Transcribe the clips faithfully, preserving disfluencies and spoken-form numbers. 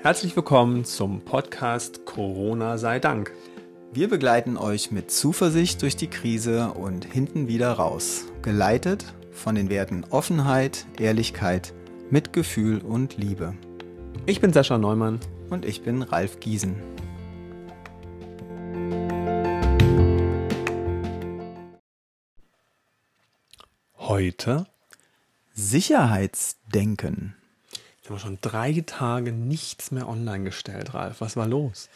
Herzlich willkommen zum Podcast Corona sei Dank. Wir begleiten euch mit Zuversicht durch die Krise und hinten wieder raus, geleitet von den Werten Offenheit, Ehrlichkeit, Mitgefühl und Liebe. Ich bin Sascha Neumann. Und ich bin Ralf Giesen. Heute Sicherheitsdenken. Jetzt haben wir schon drei Tage nichts mehr online gestellt, Ralf. Was war los?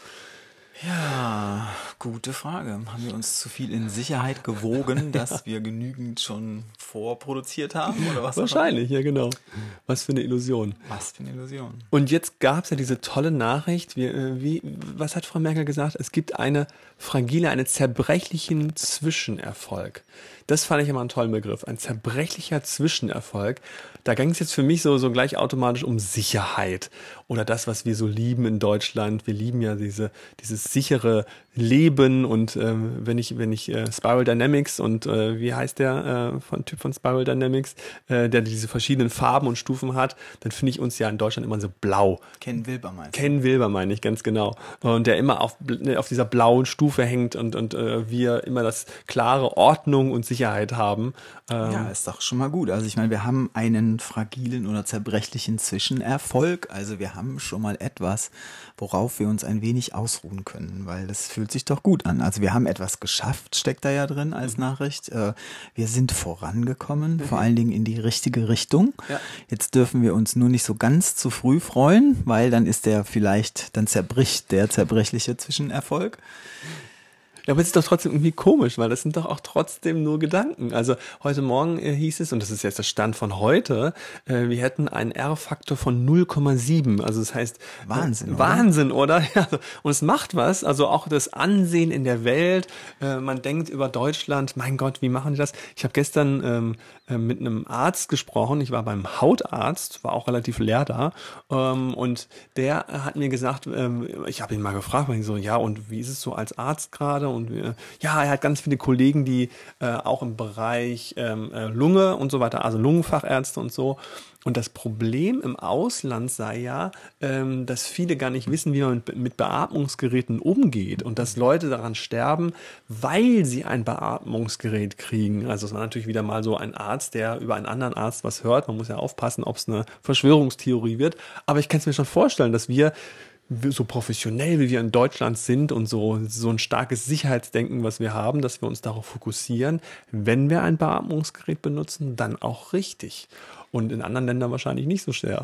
Ja, gute Frage. Haben wir uns zu viel in Sicherheit gewogen, dass wir genügend schon vorproduziert haben? Oder was? Wahrscheinlich, ja genau. Was für eine Illusion. Was für eine Illusion. Und jetzt gab es ja diese tolle Nachricht, wie, wie, was hat Frau Merkel gesagt? Es gibt eine fragile, einen zerbrechlichen Zwischenerfolg. Das fand ich immer einen tollen Begriff. Ein zerbrechlicher Zwischenerfolg. Da ging es jetzt für mich so, so gleich automatisch um Sicherheit oder das, was wir so lieben in Deutschland. Wir lieben ja diese, dieses sichere Leben und ähm, wenn ich, wenn ich äh, Spiral Dynamics und äh, wie heißt der äh, von Typ von Spiral Dynamics, äh, der diese verschiedenen Farben und Stufen hat, dann finde ich uns ja in Deutschland immer so blau. Ken Wilber meinst du? Ken Wilber meine ich, ganz genau. Und der immer auf, auf dieser blauen Stufe hängt und, und äh, wir immer das klare Ordnung und Sicherheit haben. Ähm, ja, ist doch schon mal gut. Also ich meine, wir haben einen fragilen oder zerbrechlichen Zwischenerfolg. Also wir haben schon mal etwas, worauf wir uns ein wenig ausruhen können, weil das fühlt sich doch gut an. Also wir haben etwas geschafft, steckt da ja drin als mhm. Nachricht. Äh, wir sind vorangekommen, mhm. vor allen Dingen in die richtige Richtung. Ja. Jetzt dürfen wir uns nur nicht so ganz zu früh freuen, weil dann ist der vielleicht, dann zerbricht der zerbrechliche Zwischenerfolg. Ja, aber es ist doch trotzdem irgendwie komisch, weil das sind doch auch trotzdem nur Gedanken. Also heute Morgen äh, hieß es, und das ist jetzt der Stand von heute, äh, wir hätten einen R-Faktor von null Komma sieben. Also das heißt Wahnsinn, äh, Wahnsinn, oder? oder? Ja, und es macht was. Also auch das Ansehen in der Welt. Äh, man denkt über Deutschland, mein Gott, wie machen die das? Ich habe gestern ähm, äh, mit einem Arzt gesprochen. Ich war beim Hautarzt, war auch relativ leer da. Ähm, und der hat mir gesagt, ähm, ich habe ihn mal gefragt, weil ich so, ja, und wie ist es so als Arzt gerade? Und wir, ja, er hat ganz viele Kollegen, die äh, auch im Bereich ähm, äh, Lunge und so weiter, also Lungenfachärzte und so. Und das Problem im Ausland sei ja, ähm, dass viele gar nicht wissen, wie man mit, mit Beatmungsgeräten umgeht und dass Leute daran sterben, weil sie ein Beatmungsgerät kriegen. Also es war natürlich wieder mal so ein Arzt, der über einen anderen Arzt was hört. Man muss ja aufpassen, ob es eine Verschwörungstheorie wird. Aber ich kann es mir schon vorstellen, dass wir so professionell, wie wir in Deutschland sind und so, so ein starkes Sicherheitsdenken, was wir haben, dass wir uns darauf fokussieren, wenn wir ein Beatmungsgerät benutzen, dann auch richtig. Und in anderen Ländern wahrscheinlich nicht so sehr.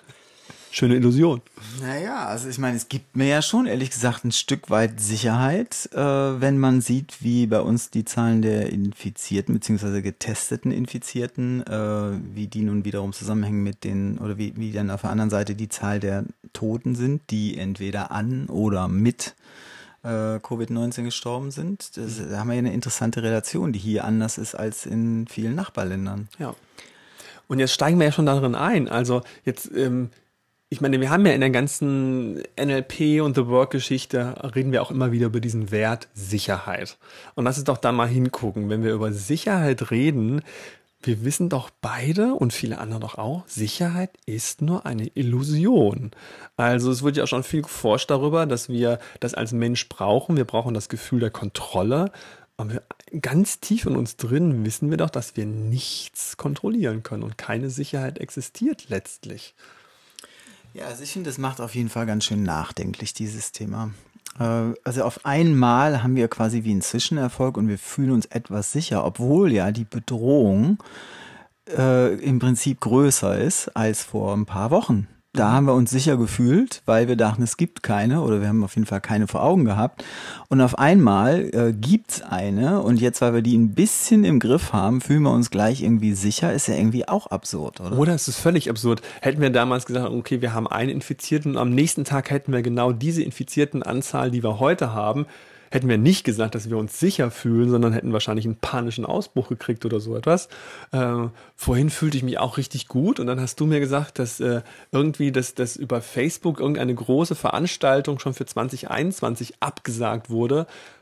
Schöne Illusion. Naja, also ich meine, es gibt mir ja schon, ehrlich gesagt, ein Stück weit Sicherheit, äh, wenn man sieht, wie bei uns die Zahlen der Infizierten bzw. getesteten Infizierten, äh, wie die nun wiederum zusammenhängen mit den, oder wie, wie dann auf der anderen Seite die Zahl der Toten sind, die entweder an oder mit äh, Covid neunzehn gestorben sind. Das, da haben wir ja eine interessante Relation, die hier anders ist als in vielen Nachbarländern. Ja. Und jetzt steigen wir ja schon darin ein. Also jetzt, ähm, ich meine, wir haben ja in der ganzen N L P und The Work-Geschichte reden wir auch immer wieder über diesen Wert Sicherheit. Und lass uns doch da mal hingucken. Wenn wir über Sicherheit reden, wir wissen doch beide und viele andere doch auch, Sicherheit ist nur eine Illusion. Also es wird ja auch schon viel geforscht darüber, dass wir das als Mensch brauchen. Wir brauchen das Gefühl der Kontrolle. Aber ganz tief in uns drin wissen wir doch, dass wir nichts kontrollieren können und keine Sicherheit existiert letztlich. Ja, also ich finde, das macht auf jeden Fall ganz schön nachdenklich, dieses Thema. Also auf einmal haben wir quasi wie einen Zwischenerfolg und wir fühlen uns etwas sicher, obwohl ja die Bedrohung äh, im Prinzip größer ist als vor ein paar Wochen. Da haben wir uns sicher gefühlt, weil wir dachten, es gibt keine oder wir haben auf jeden Fall keine vor Augen gehabt. Und auf einmal äh, gibt's eine und jetzt, weil wir die ein bisschen im Griff haben, fühlen wir uns gleich irgendwie sicher. Ist ja irgendwie auch absurd, oder? Oder es ist völlig absurd. Hätten wir damals gesagt, okay, wir haben einen Infizierten und am nächsten Tag hätten wir genau diese infizierten Anzahl, die wir heute haben, hätten wir nicht gesagt, dass wir uns sicher fühlen, sondern hätten wahrscheinlich einen panischen Ausbruch gekriegt oder so etwas. Äh, vorhin fühlte ich mich auch richtig gut und dann hast du mir gesagt, dass äh, irgendwie das, das über Facebook irgendeine große Veranstaltung schon für zwanzig einundzwanzig abgesagt wurde.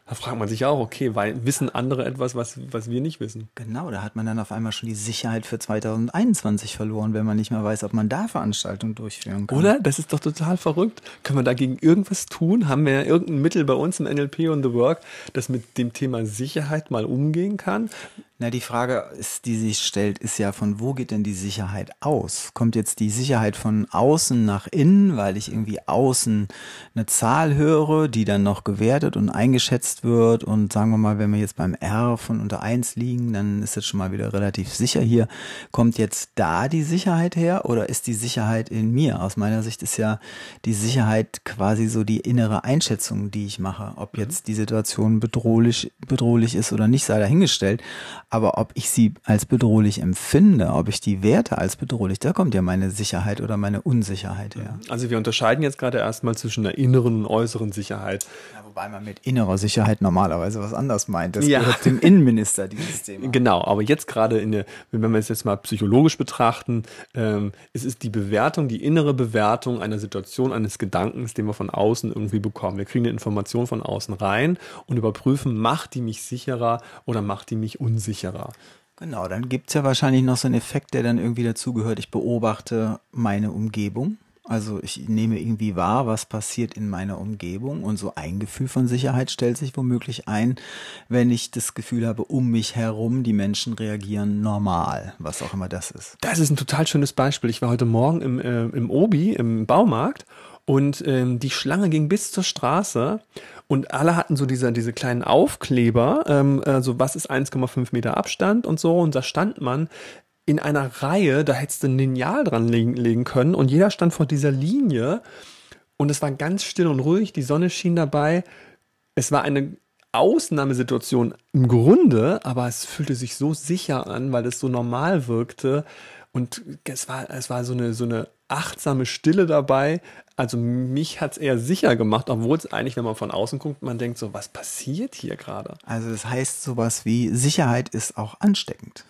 Da fragt man sich auch, okay, weil wissen andere etwas, was, was wir nicht wissen? Genau, da hat man dann auf einmal schon die Sicherheit für zweitausendeinundzwanzig verloren, wenn man nicht mehr weiß, ob man da Veranstaltungen durchführen kann. Oder? Das ist doch total verrückt. Können wir dagegen irgendwas tun? Haben wir irgendein Mittel bei uns im N L P und The Work, das mit dem Thema Sicherheit mal umgehen kann? Na, die Frage, ist, die sich stellt, ist ja, von wo geht denn die Sicherheit aus? Kommt jetzt die Sicherheit von außen nach innen, weil ich irgendwie außen eine Zahl höre, die dann noch gewertet und eingeschätzt wird, und sagen wir mal, wenn wir jetzt beim R von unter eins liegen, dann ist das schon mal wieder relativ sicher hier. Kommt jetzt da die Sicherheit her oder ist die Sicherheit in mir? Aus meiner Sicht ist ja die Sicherheit quasi so die innere Einschätzung, die ich mache. Ob jetzt die Situation bedrohlich, bedrohlich ist oder nicht, sei dahingestellt. Aber ob ich sie als bedrohlich empfinde, ob ich die werte als bedrohlich, da kommt ja meine Sicherheit oder meine Unsicherheit her. Also wir unterscheiden jetzt gerade erstmal zwischen der inneren und äußeren Sicherheit. Ja, wobei man mit innerer Sicherheit normalerweise was anderes meint. Das Ja. gehört dem Innenminister, dieses Thema. Genau, aber jetzt gerade, in der, wenn wir es jetzt mal psychologisch betrachten, ähm, es ist die Bewertung, die innere Bewertung einer Situation, eines Gedankens, den wir von außen irgendwie bekommen. Wir kriegen eine Information von außen rein und überprüfen, macht die mich sicherer oder macht die mich unsicherer. Genau, dann gibt's ja wahrscheinlich noch so einen Effekt, der dann irgendwie dazugehört. Ich beobachte meine Umgebung. Also ich nehme irgendwie wahr, was passiert in meiner Umgebung, und so ein Gefühl von Sicherheit stellt sich womöglich ein, wenn ich das Gefühl habe, um mich herum, die Menschen reagieren normal, was auch immer das ist. Das ist ein total schönes Beispiel. Ich war heute Morgen im, äh, im Obi, im Baumarkt, und ähm, die Schlange ging bis zur Straße und alle hatten so diese, diese kleinen Aufkleber, ähm, also was ist eins Komma fünf Meter Abstand und so, und da stand man in einer Reihe, da hättest du ein Lineal dran legen, legen können, und jeder stand vor dieser Linie und es war ganz still und ruhig, die Sonne schien dabei. Es war eine Ausnahmesituation im Grunde, aber es fühlte sich so sicher an, weil es so normal wirkte, und es war, es war so eine, so eine achtsame Stille dabei. Also mich hat es eher sicher gemacht, obwohl es eigentlich, wenn man von außen guckt, man denkt so, was passiert hier gerade? Also das heißt sowas wie, Sicherheit ist auch ansteckend.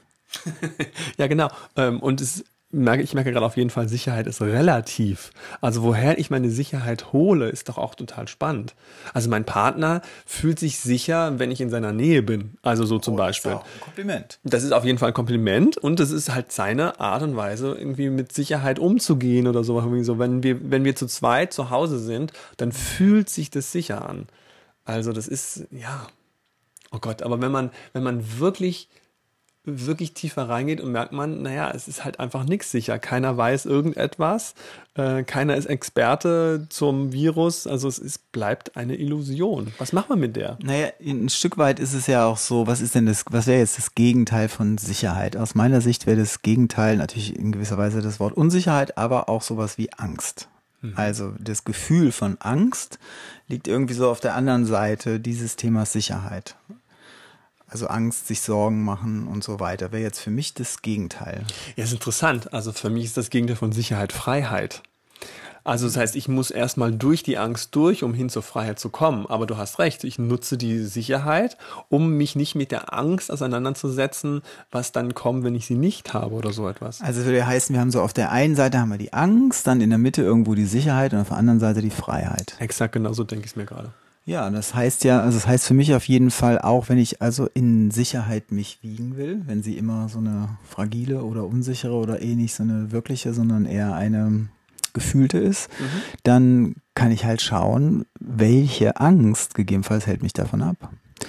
Ja, genau. Ähm, Und es merke, ich merke gerade auf jeden Fall, Sicherheit ist relativ. Also woher ich meine Sicherheit hole, ist doch auch total spannend. Also mein Partner fühlt sich sicher, wenn ich in seiner Nähe bin. Also so zum Oh, das Beispiel. ist auch ein Kompliment. Das ist auf jeden Fall ein Kompliment, und das ist halt seine Art und Weise, irgendwie mit Sicherheit umzugehen oder so. Irgendwie so, wenn wir, wenn wir zu zweit zu Hause sind, dann fühlt sich das sicher an. Also das ist, ja, oh Gott, aber wenn man, wenn man wirklich wirklich tiefer reingeht und merkt man, naja, es ist halt einfach nichts sicher. Keiner weiß irgendetwas, äh, keiner ist Experte zum Virus, also es ist, bleibt eine Illusion. Was machen wir mit der? Naja, ein Stück weit ist es ja auch so, was ist denn das, was wäre jetzt das Gegenteil von Sicherheit? Aus meiner Sicht wäre das Gegenteil natürlich in gewisser Weise das Wort Unsicherheit, aber auch sowas wie Angst. Mhm. Also das Gefühl von Angst liegt irgendwie so auf der anderen Seite dieses Themas Sicherheit. Also Angst, sich Sorgen machen und so weiter, wäre jetzt für mich das Gegenteil. Ja, ist interessant. Also für mich ist das Gegenteil von Sicherheit Freiheit. Also das heißt, ich muss erstmal durch die Angst durch, um hin zur Freiheit zu kommen. Aber du hast recht, ich nutze die Sicherheit, um mich nicht mit der Angst auseinanderzusetzen, was dann kommt, wenn ich sie nicht habe oder so etwas. Also würde heißen, wir haben so auf der einen Seite haben wir die Angst, dann in der Mitte irgendwo die Sicherheit und auf der anderen Seite die Freiheit. Exakt, genau so denke ich es mir gerade. Ja, das heißt ja, also das heißt für mich auf jeden Fall auch, wenn ich also in Sicherheit mich wiegen will, wenn sie immer so eine fragile oder unsichere oder eh nicht so eine wirkliche, sondern eher eine gefühlte ist, mhm. dann kann ich halt schauen, welche Angst gegebenenfalls hält mich davon ab.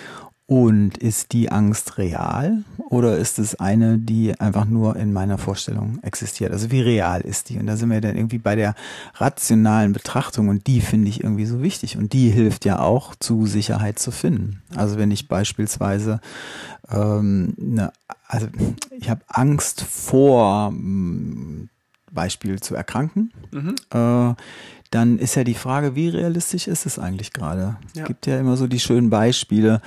Und ist die Angst real oder ist es eine, die einfach nur in meiner Vorstellung existiert? Also wie real ist die? Und da sind wir dann irgendwie bei der rationalen Betrachtung, und die finde ich irgendwie so wichtig, und die hilft ja auch, zu Sicherheit zu finden. Also wenn ich beispielsweise ähm, ne, also ich habe Angst vor m, Beispiel zu erkranken, mhm. äh, dann ist ja die Frage, wie realistisch ist es eigentlich gerade? Ja. Es gibt ja immer so die schönen Beispiele,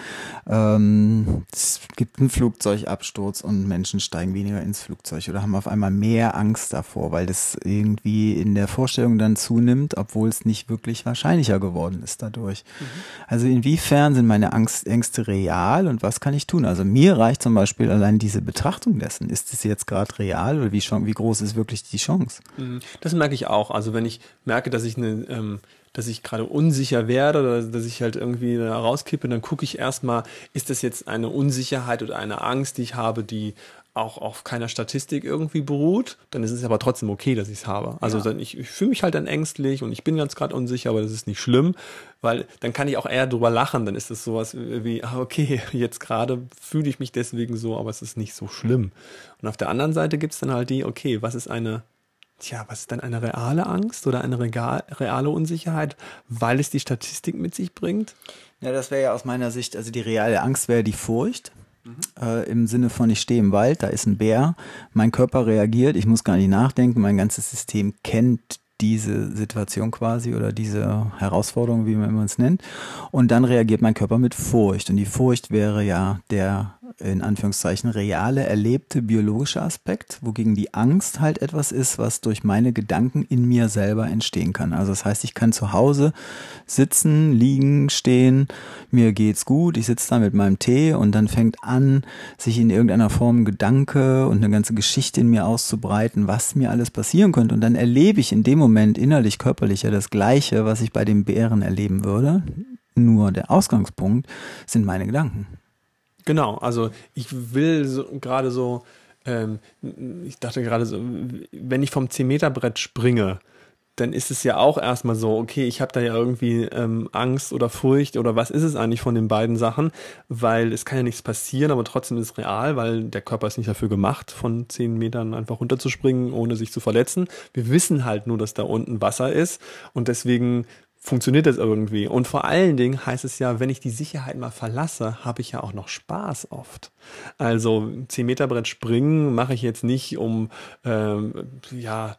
ähm, es gibt einen Flugzeugabsturz und Menschen steigen weniger ins Flugzeug oder haben auf einmal mehr Angst davor, weil das irgendwie in der Vorstellung dann zunimmt, obwohl es nicht wirklich wahrscheinlicher geworden ist dadurch. Mhm. Also inwiefern sind meine Angst, Ängste real und was kann ich tun? Also mir reicht zum Beispiel allein diese Betrachtung dessen. Ist es jetzt gerade real oder wie, wie groß ist wirklich die Chance? Das merke ich auch. Also wenn ich merke, dass ich ich eine, ähm, dass ich gerade unsicher werde oder dass ich halt irgendwie da rauskippe, dann gucke ich erstmal, ist das jetzt eine Unsicherheit oder eine Angst, die ich habe, die auch auf keiner Statistik irgendwie beruht, dann ist es aber trotzdem okay, dass ich es habe. Also Ja. dann, ich, ich fühle mich halt dann ängstlich und ich bin ganz gerade unsicher, aber das ist nicht schlimm, weil dann kann ich auch eher drüber lachen, dann ist es sowas wie, ah, okay, jetzt gerade fühle ich mich deswegen so, aber es ist nicht so schlimm. Und auf der anderen Seite gibt es dann halt die, okay, was ist eine, tja, was ist denn eine reale Angst oder eine regal, reale Unsicherheit, weil es die Statistik mit sich bringt? Ja, das wäre ja aus meiner Sicht, also die reale Angst wäre die Furcht. Mhm. Äh, im Sinne von, ich stehe im Wald, da ist ein Bär, mein Körper reagiert, ich muss gar nicht nachdenken, mein ganzes System kennt diese Situation quasi oder diese Herausforderung, wie man immer es nennt. Und dann reagiert mein Körper mit Furcht. Und die Furcht wäre ja der, in Anführungszeichen, reale, erlebte biologische Aspekt, wogegen die Angst halt etwas ist, was durch meine Gedanken in mir selber entstehen kann. Also das heißt, ich kann zu Hause sitzen, liegen, stehen, mir geht's gut, ich sitze da mit meinem Tee und dann fängt an, sich in irgendeiner Form ein Gedanke und eine ganze Geschichte in mir auszubreiten, was mir alles passieren könnte. Und dann erlebe ich in dem Moment innerlich, körperlich ja das Gleiche, was ich bei dem Bären erleben würde. Nur der Ausgangspunkt sind meine Gedanken. Genau, also ich will so, gerade so, ähm, ich dachte gerade so, wenn ich vom zehn-Meter-Brett springe, dann ist es ja auch erstmal so, okay, ich habe da ja irgendwie ähm, Angst oder Furcht oder was ist es eigentlich von den beiden Sachen, weil es kann ja nichts passieren, aber trotzdem ist es real, weil der Körper ist nicht dafür gemacht, von zehn Metern einfach runterzuspringen, ohne sich zu verletzen. Wir wissen halt nur, dass da unten Wasser ist und deswegen funktioniert das irgendwie. Und vor allen Dingen heißt es ja, wenn ich die Sicherheit mal verlasse, habe ich ja auch noch Spaß oft. Also zehn Meter Brett springen mache ich jetzt nicht, um, ähm, ja,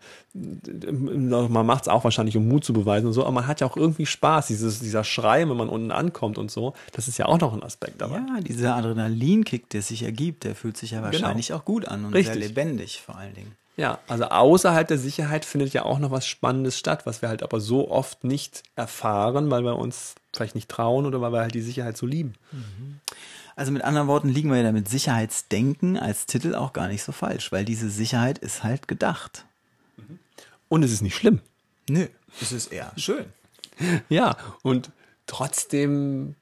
man macht es auch wahrscheinlich, um Mut zu beweisen und so, aber man hat ja auch irgendwie Spaß, dieses, dieser Schrei, wenn man unten ankommt und so, das ist ja auch noch ein Aspekt dabei. Ja, dieser Adrenalinkick, der sich ergibt, der fühlt sich ja wahrscheinlich genau. auch gut an und Richtig. sehr lebendig vor allen Dingen. Ja, also außerhalb der Sicherheit findet ja auch noch was Spannendes statt, was wir halt aber so oft nicht erfahren, weil wir uns vielleicht nicht trauen oder weil wir halt die Sicherheit so lieben. Also mit anderen Worten liegen wir ja damit Sicherheitsdenken als Titel auch gar nicht so falsch, weil diese Sicherheit ist halt gedacht. Und es ist nicht schlimm. Nö, es ist eher schön. Ja, und trotzdem,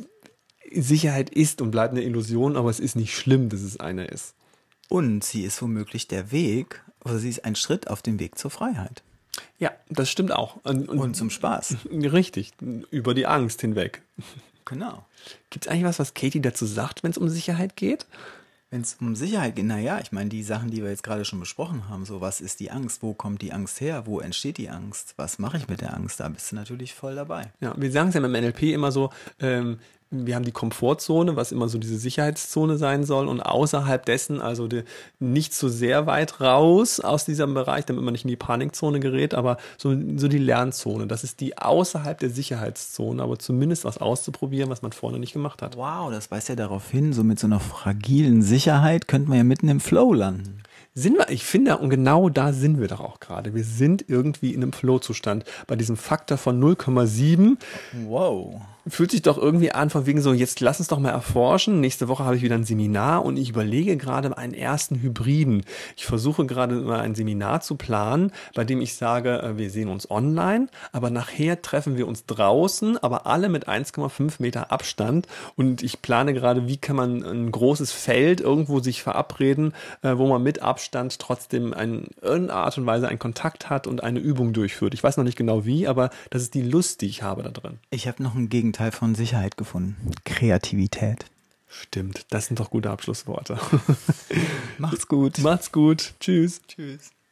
Sicherheit ist und bleibt eine Illusion, aber es ist nicht schlimm, dass es eine ist. Und sie ist womöglich der Weg, oder sie ist ein Schritt auf dem Weg zur Freiheit. Ja, das stimmt auch. Und, und, und zum Spaß. Richtig, über die Angst hinweg. Genau. Gibt es eigentlich was, was Katie dazu sagt, wenn es um Sicherheit geht? Wenn es um Sicherheit geht, naja, ich meine, die Sachen, die wir jetzt gerade schon besprochen haben, so was ist die Angst, wo kommt die Angst her, wo entsteht die Angst, was mache ich mit der Angst, da bist du natürlich voll dabei. Ja, wir sagen es ja im N L P immer so, ähm, wir haben die Komfortzone, was immer so diese Sicherheitszone sein soll und außerhalb dessen, also die, nicht so sehr weit raus aus diesem Bereich, damit man nicht in die Panikzone gerät, aber so, so die Lernzone, das ist die außerhalb der Sicherheitszone, aber zumindest was auszuprobieren, was man vorne nicht gemacht hat. Wow, das weist ja darauf hin, so mit so einer fragilen Sicherheit könnte man ja mitten im Flow landen. Sind wir, ich finde, und genau da sind wir doch auch gerade. Wir sind irgendwie in einem Flow-Zustand. Bei diesem Faktor von null Komma sieben. Wow. Fühlt sich doch irgendwie an, von wegen so, jetzt lass uns doch mal erforschen. Nächste Woche habe ich wieder ein Seminar und ich überlege gerade einen ersten Hybriden. Ich versuche gerade mal ein Seminar zu planen, bei dem ich sage, wir sehen uns online, aber nachher treffen wir uns draußen, aber alle mit eins Komma fünf Meter Abstand. Und ich plane gerade, wie kann man ein großes Feld irgendwo sich verabreden, wo man mit Abstand trotzdem in irgendeiner Art und Weise einen Kontakt hat und eine Übung durchführt. Ich weiß noch nicht genau wie, aber das ist die Lust, die ich habe da drin. Ich habe noch ein Gegenteil von Sicherheit gefunden. Kreativität. Stimmt, das sind doch gute Abschlussworte. Macht's gut. Macht's gut. Tschüss. Tschüss.